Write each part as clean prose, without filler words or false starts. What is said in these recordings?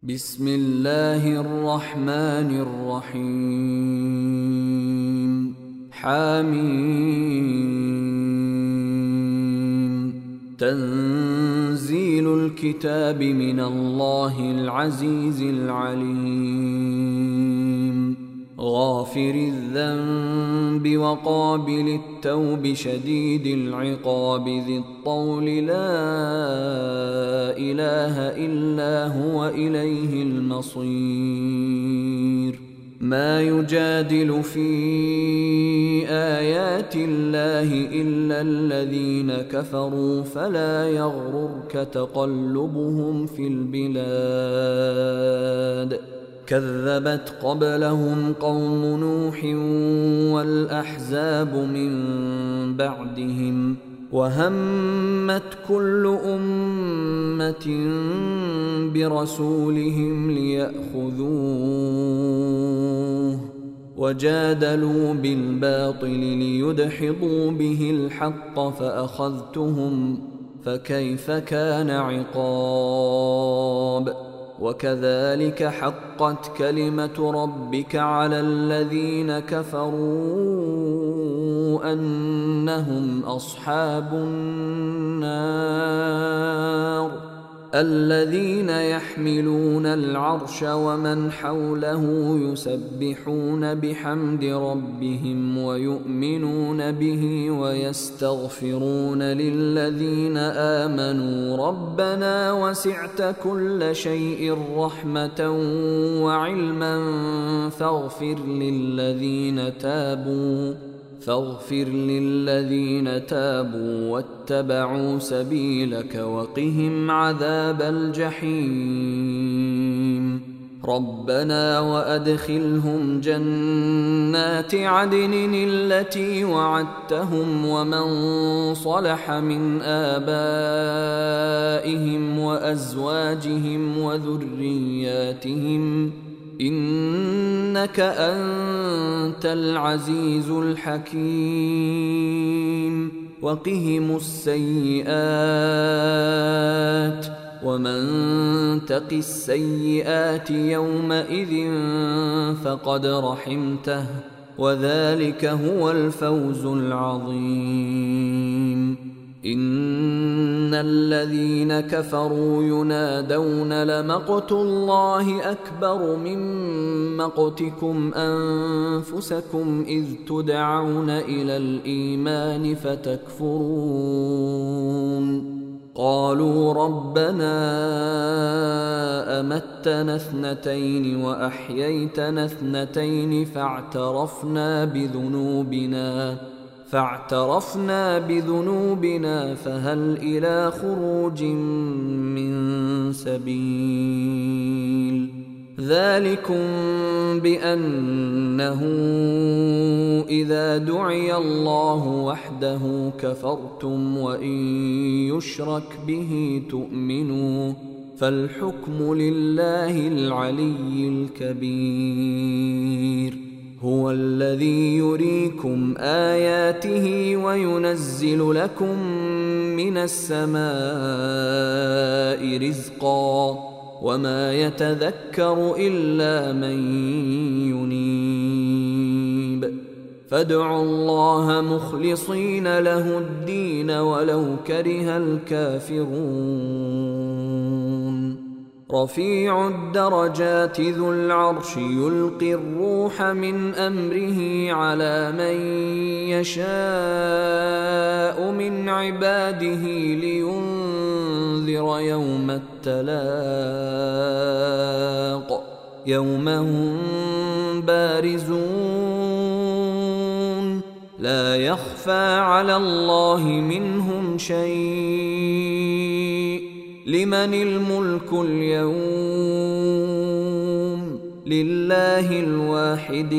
بسم الله الرحمن الرحيم حميم تنزيل الكتاب من الله العزيز العليم غافر الذنب وقابل التوب شديد العقاب ذي الطول لا إله إلا هو إليه المصير ما يجادل في آيات الله إلا الذين كفروا فلا يغررك تقلبهم في البلاد كذبت قبلهم قوم نوح والأحزاب من بعدهم وهمت كل أمة برسولهم ليأخذوه وجادلوا بالباطل ليدحضوا به الحق فأخذتهم فكيف كان عقاب وكذلك حقت كلمة ربك على الذين كفروا أنهم أصحاب النار الذين يحملون العرش ومن حوله يسبحون بحمد ربهم ويؤمنون به ويستغفرون للذين آمنوا ربنا وسعت كل شيء رحمة وعلما فاغفر للذين تابوا واتبعوا سبيلك وقهم عذاب الجحيم ربنا وأدخلهم جنات عدن التي وعدتهم ومن صلح من آبائهم وأزواجهم وذرياتهم إنك أنت العزيز الحكيم وقهم السيئات ومن تق السيئات يومئذ فقد رحمته وذلك هو الفوز العظيم إن الذين كفروا ينادون لمقت الله أكبر من مقتكم أنفسكم إذ تدعون إلى الإيمان فتكفرون قالوا ربنا أمتنا اثنتين وأحييتنا اثنتين فاعترفنا بذنوبنا فهل إلى خروج من سبيل ذلكم بأنه إذا دعي الله وحده كفرتم وإن يشرك به تؤمنوا فالحكم لله العلي الكبير هو الذي يريكم آياته وينزل لكم من السماء رزقا وما يتذكر إلا من ينيب فادعوا الله مخلصين له الدين ولو كره الكافرون رفيع الدرجات ذو العرش يلقي الروح من أمره على من يشاء من عباده لينذر يوم التلاق يوم هم بارزون لا يخفى على الله منهم شيء لمن الملك اليوم لله الواحد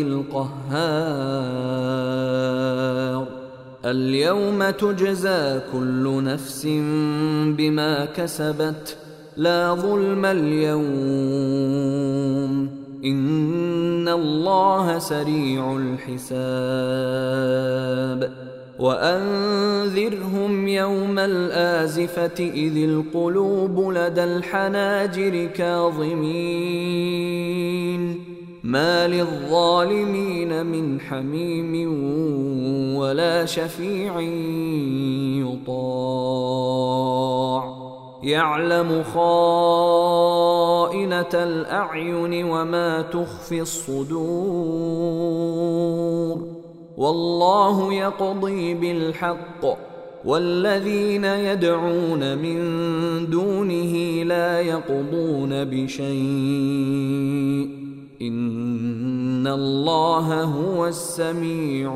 القهار اليوم تجزى كل نفس بما كسبت لا ظلم اليوم إن الله سريع الحساب وأنذرهم يوم الآزفة إذ القلوب لدى الحناجر كاظمين ما للظالمين من حميم ولا شفيع يطاع يعلم خائنة الأعين وما تخفي الصدور والله يقضي بالحق والذين يدعون من دونه لا يقضون بشيء إن الله هو السميع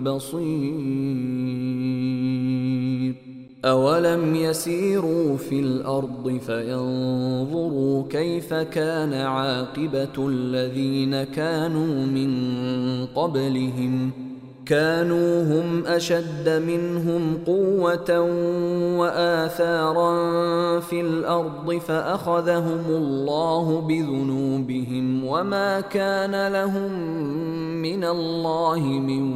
البصير أولم يسيروا في الأرض فينظروا كيف كان عاقبة الذين كانوا من قبلهم كانوا هم أشد منهم قوة وآثارا في الأرض فأخذهم الله بذنوبهم وما كان لهم من الله من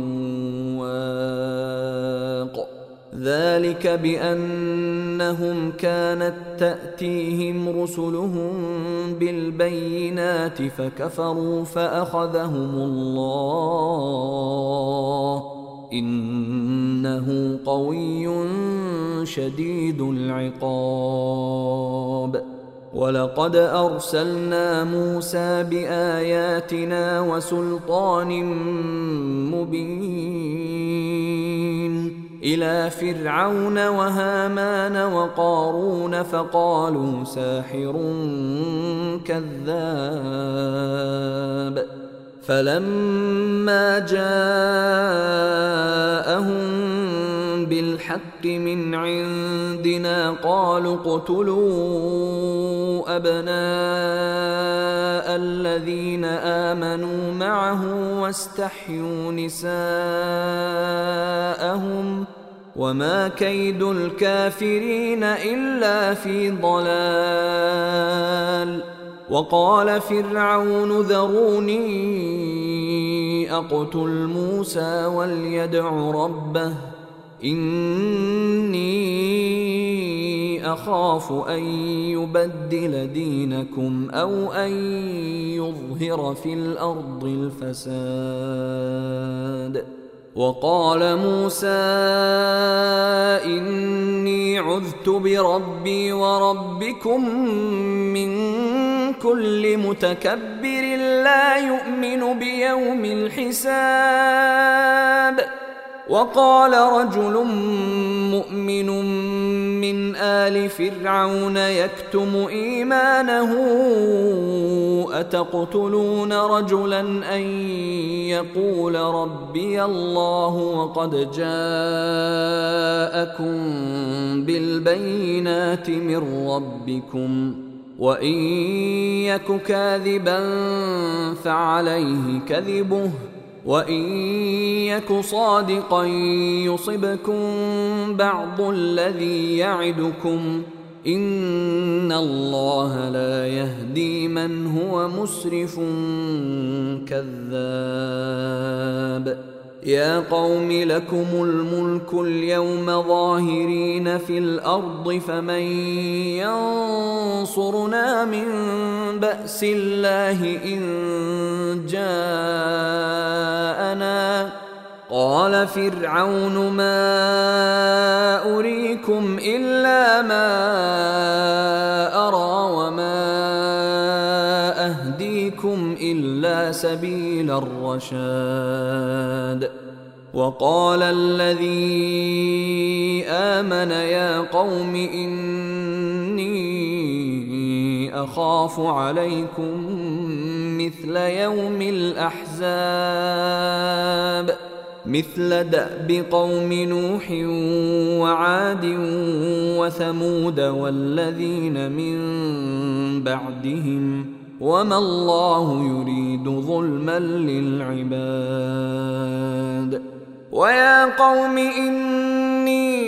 واق ذلك بأنهم كانت تأتيهم رسلهم بالبينات فكفروا فأخذهم الله إنه قوي شديد العقاب ولقد أرسلنا موسى بآياتنا وسلطان مبين إلى فرعون وهامان وقارون فقالوا ساحر كذاب فلما جاءهم بالحق من عندنا قالوا اقتلوا أبناء الذين آمنوا معه واستحيوا نساءهم وما كيد الكافرين إلا في ضلال وقال فرعون ذروني أقتل موسى وليدع ربه إني أخاف أن يبدل دينكم أو أن يظهر في الأرض الفساد وقال موسى إني عذت بربي وربكم من كل متكبر لا يؤمن بيوم الحساب وقال رجل مؤمن من آل فرعون يكتم إيمانه أتقتلون رجلا أن يقول ربي الله وقد جاءكم بالبينات من ربكم وإن يك كاذبا فعليه كذبه وإن يك صادقا يصبكم بعض الذي يعدكم إن الله لا يهدي من هو مسرف كذاب يا قوم لكم الملك اليوم ظاهرين في الأرض فمن ينصرنا من بأس الله إن جاءنا قال فرعون ما أريكم إلا ما أرى وما أهديكم إلا سبيل الرشاد وقال الذي آمن يا قوم إني أخاف عليكم مثل يوم الأحزاب مثل دأب قوم نوح وعاد وثمود والذين من بعدهم وما الله يريد ظلما للعباد ويا قوم إني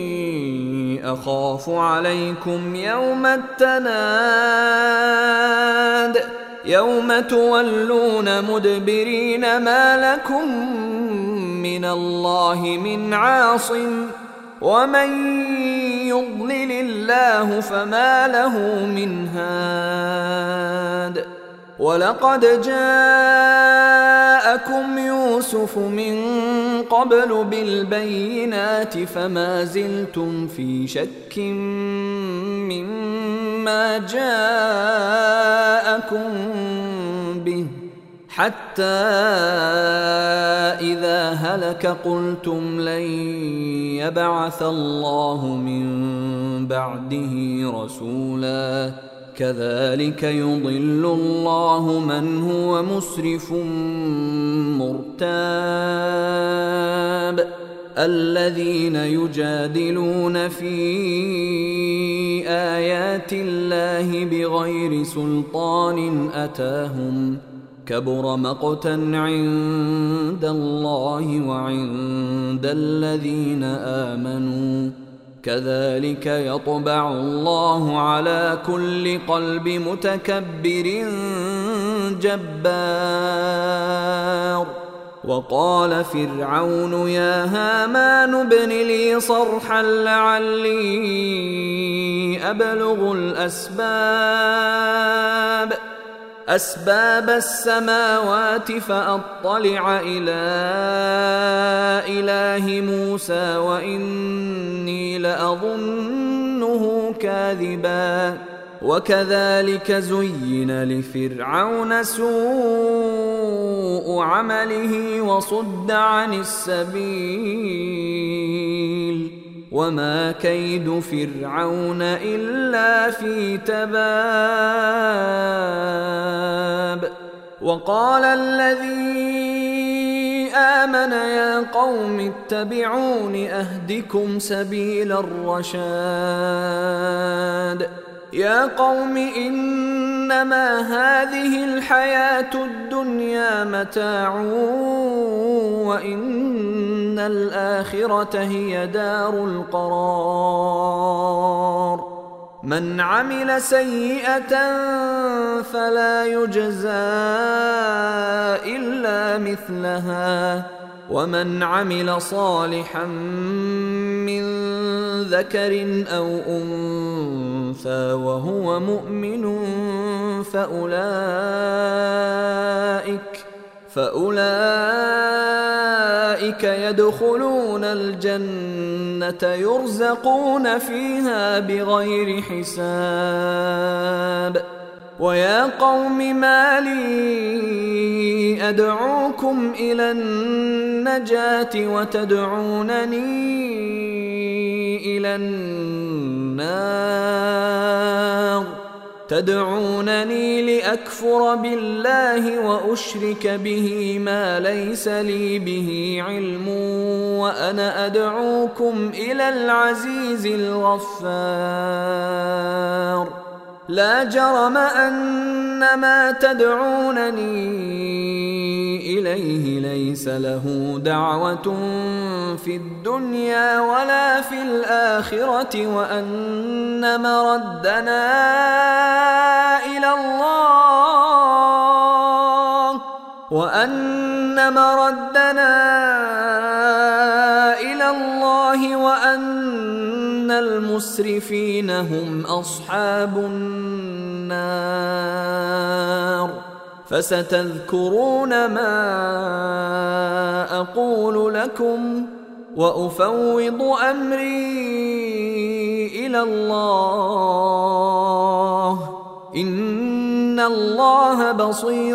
أخاف عليكم يوم التناد يوم تولون مدبرين ما لكم من الله من عاصم ومن يضلل الله فما له من هاد ولقد جاءكم يوسف من قبل بالبينات فما زلتم في شك مما جاءكم به حتى إذا هلك قلتم لن يبعث الله من بعده رسولا كذلك يضل الله من هو مسرف مرتاب الذين يجادلون في آيات الله بغير سلطان أتاهم كبر مقتا عند الله وعند الذين آمنوا كذلك يطبع الله على كل قلب متكبر جبار وقال فرعون يا هامان ابن لي صرحا لعلي أبلغ أسباب السماوات فأطلع إلى إله موسى وإني لأظنه كاذبا وكذلك زين لفرعون سوء عمله وصد عن السبيل وما كيد فرعون إلا في تباب وقال الذي آمن يا قوم اتبعون أهدكم سبيل الرشاد يا قوم إنما هذه الحياة الدنيا متاع وإن الآخرة هي دار القرار من عمل سيئة فلا يجزى إلا مثلها ومن عمل صالحا من ذكر أو أنثى وهو مؤمن فأولئك يدخلون الجنة يرزقون فيها بغير حساب ويا قوم ما لي أدعوكم إلى النجاة وتدعونني إلى النار تدعونني لأكفر بالله وأشرك به ما ليس لي به علم وأنا أدعوكم إلى العزيز الغفار لا جرم أن ما تدعونني إليه ليس له دعوة في الدنيا ولا في الآخرة وأن مردنا إلى الله وأن المسرفين هم أصحاب النار فستذكرون ما أقول لكم وأفوض أمري إلى الله إن الله بصير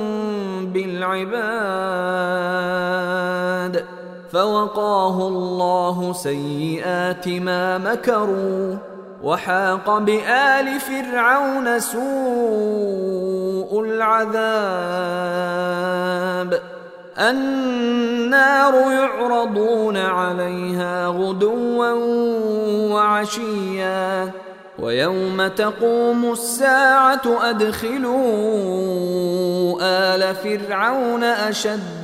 بالعباد فوقاه الله سيئات ما مكروا وحاق بآل فرعون سوء العذاب النار يعرضون عليها غدوا وعشيا ويوم تقوم الساعة أدخلوا آل فرعون أشد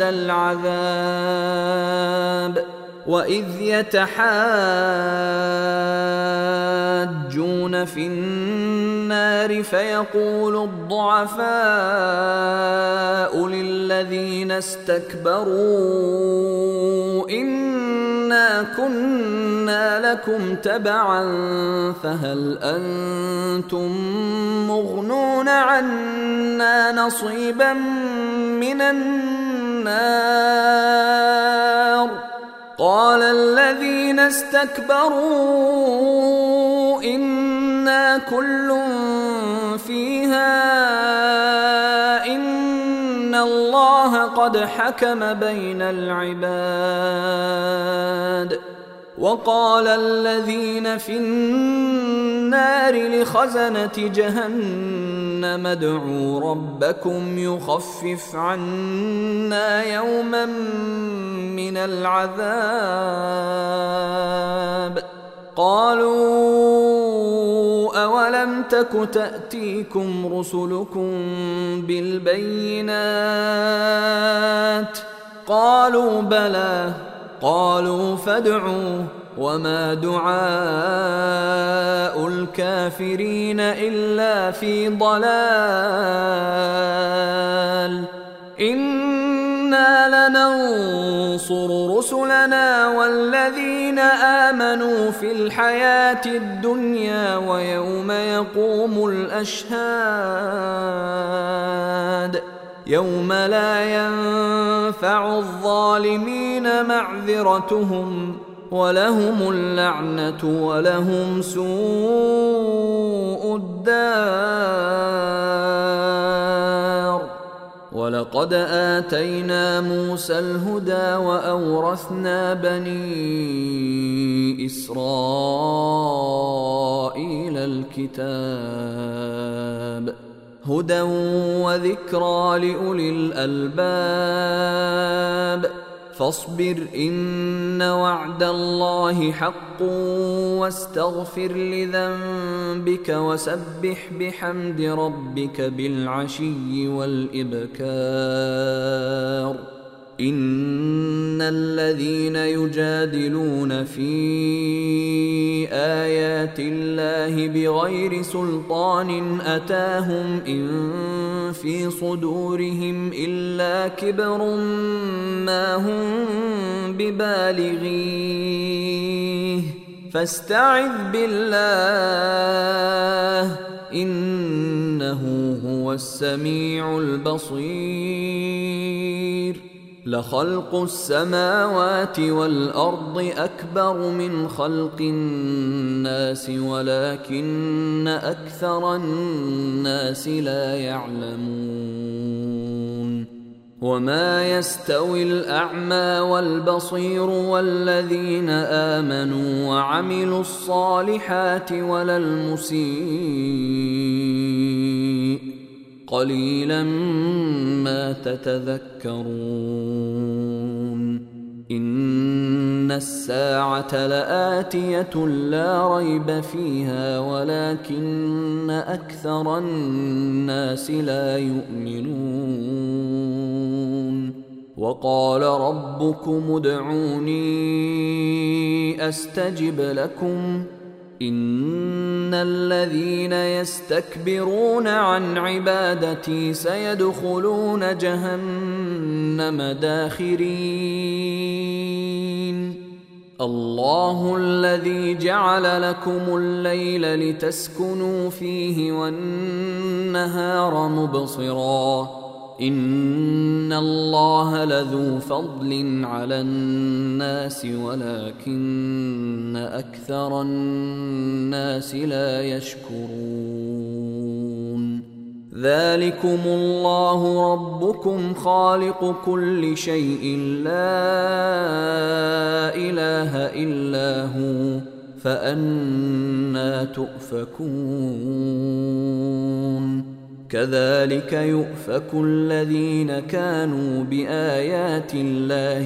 العذاب وإذ يتحاجون في النار النار فيقول الضعفاء للذين استكبروا إنا كنا لكم تبعا فهل أنتم مغنون عنا نصيبا من النار قال الذين استكبروا إنا كل فيها إن الله قد حكم بين العباد وقال الذين في النار لخزنة جهنم ادعوا ربكم يخفف عنا يوما من العذاب قالوا أولم تك تأتيكم رسلكم بالبينات قالوا بلى قالوا فادعوا وما دعاء الكافرين إلا في ضلال إنا لننصر رسلنا والذين آمنوا في الحياة الدنيا ويوم يقوم الأشهاد يوم لا ينفع الظالمين معذرتهم ولهم اللعنة ولهم سوء الدار ولقد آتينا موسى الهدى وأورثنا بني إسرائيل الكتاب هدى وذكرى لأولي الألباب فاصبر إن وعد الله حق واستغفر لذنبك وسبح بحمد ربك بالعشي والإبكار إن الذين يجادلون في آيات الله بغير سلطان أتاهم إن في صدورهم إلا كبر ما هم ببالغيه فاستعذ بالله إنه هو السميع البصير لخلق السماوات والأرض أكبر من خلق الناس ولكن أكثر الناس لا يعلمون وما يستوي الأعمى والبصير والذين آمنوا وعملوا الصالحات ولا المسيء قليلا ما تتذكرون إن الساعة لآتية لا ريب فيها ولكن أكثر الناس لا يؤمنون وقال ربكم ادعوني أستجب لكم إن الذين يستكبرون عن عبادتي سيدخلون جهنم داخرين الله الذي جعل لكم الليل لتسكنوا فيه والنهار مبصرا إن الله لذو فضل على الناس ولكن أكثر الناس لا يشكرون ذلكم الله ربكم خالق كل شيء لا إله إلا هو فأنى تؤفكون كذلك يؤفك الذين كانوا بآيات الله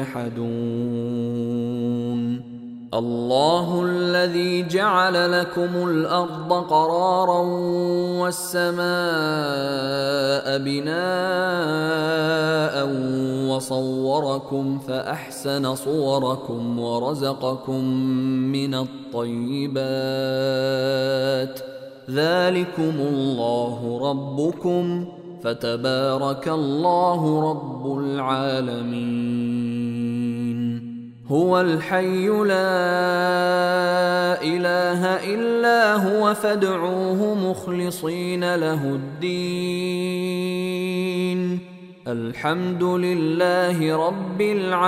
يجحدون الله الذي جعل لكم الأرض قرارا والسماء بناء وصوركم فأحسن صوركم ورزقكم من الطيبات ذلكم الله ربكم فتبارك الله رب العالمين. هو الحي لا إله إلا هو فادعوه مخلصين له الدين الحمد لله رب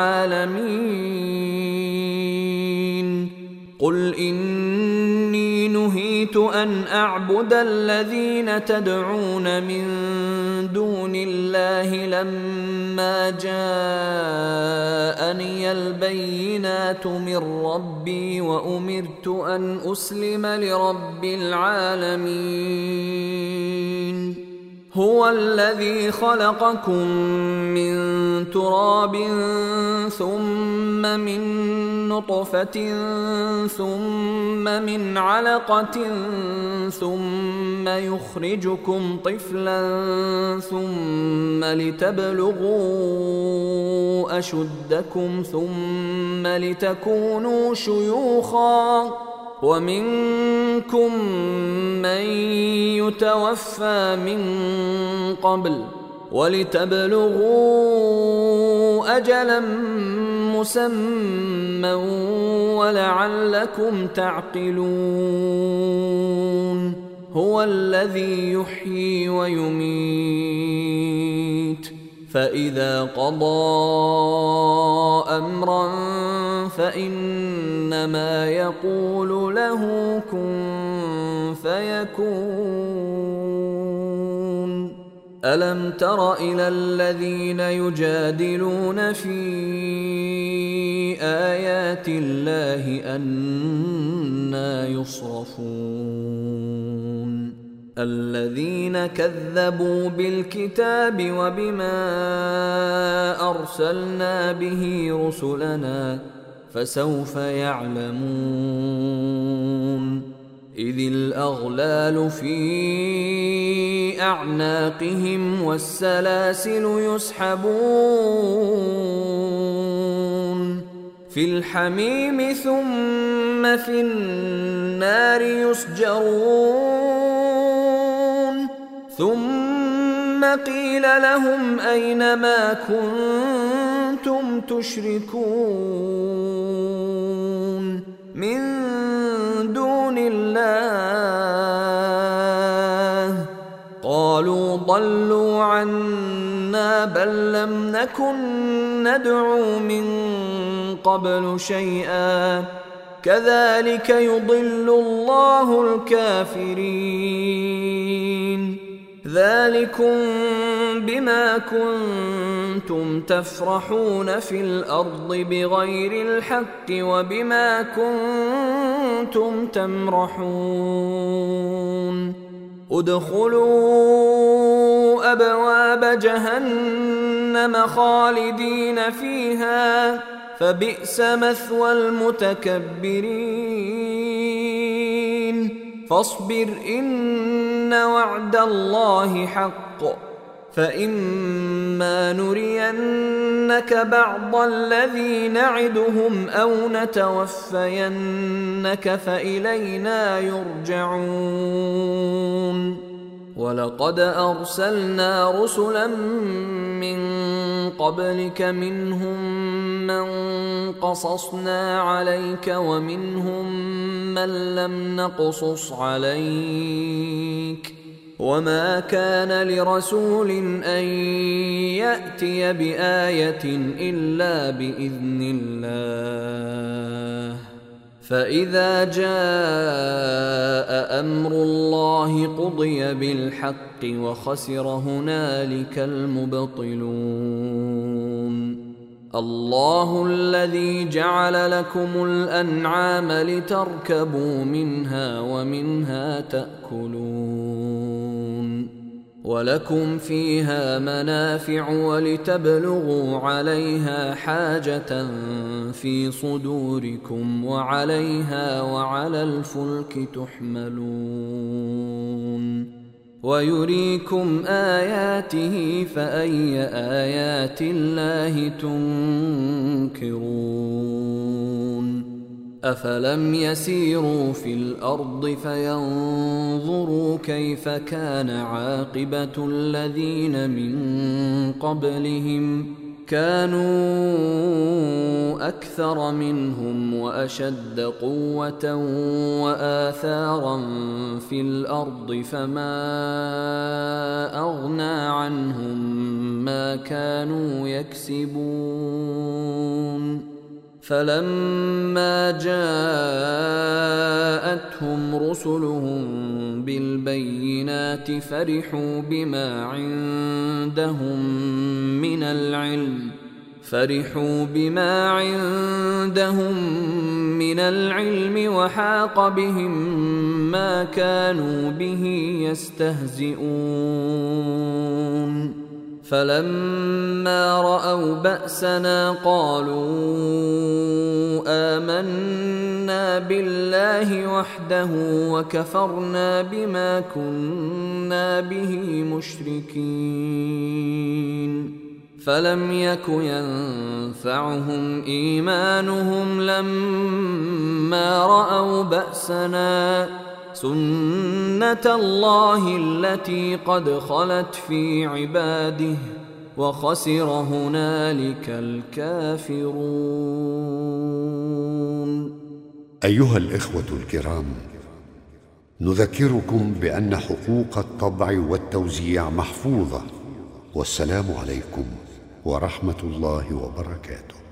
العالمين. قل إني نهيت أن أعبد الذين تدعون من دون الله لما جاءني البينات من ربي وأمرت أن أسلم لرب العالمين. هو الذي خلقكم من تراب ثم من نطفة ثم من علقة ثم يخرجكم طفلا ثم لتبلغوا أشدكم ثم لتكونوا شيوخا ومنكم من يتوفى من قبل ولتبلغوا أجلا مسمى ولعلكم تعقلون. هو الذي يحيي ويميت فإذا قضى أمرا فإنما يقول له كن فيكون. ألم تر إلى الذين يجادلون في آيات الله أنى يصرفون الذين كذبوا بالكتاب وبما أرسلنا به رسلنا فسوف يعلمون. إذ الأغلال في أعناقهم والسلاسل يسحبون في الحميم ثم في النار يسجرون ثم قيل لهم أين ما كنتم تشركون من دون الله قالوا ضلوا عنا بل لم نكن ندعو من قبل شيئا كذلك يضل الله الكافرين. ذلكم بما كنتم تفرحون في الأرض بغير الحق وبما كنتم تمرحون. ادخلوا أبواب جهنم خالدين فيها فبئس مثوى المتكبرين. فاصبر إن وعد الله حق فإما نرينك بعض الذي نعدهم أو نتوفينك فإلينا يرجعون. ولقد أرسلنا رسلا من قبلك منهم من قصصنا عليك ومنهم من لم نقصص عليك وما كان لرسول أن يأتي بآية إلا بإذن الله. فإذا جاء أمر الله قضي بالحق وخسر هنالك المبطلون. الله الذي جعل لكم الأنعام لتركبوا منها ومنها تأكلون ولكم فيها منافع ولتبلغوا عليها حاجة في صدوركم وعليها وعلى الفلك تحملون ويريكم آياته فأي آيات الله تنكرون. أفلم يسيروا في الأرض فينظروا كيف كان عاقبة الذين من قبلهم كانوا أكثر منهم وأشد قوة وآثارا في الأرض فما أغنى عنهم ما كانوا يكسبون فلما جاءتهم رسلهم بالبينات فرحوا بما عندهم من العلم وحاق بهم ما كانوا به يستهزئون فلما رأوا بأسنا قالوا آمنا بالله وحده وكفرنا بما كنا به مشركين فلم يك ينفعهم إيمانهم لما رأوا بأسنا سنة الله التي قد خلت في عباده وخسر هنالك الكافرون. أيها الإخوة الكرام، نذكركم بأن حقوق الطبع والتوزيع محفوظة، والسلام عليكم ورحمة الله وبركاته.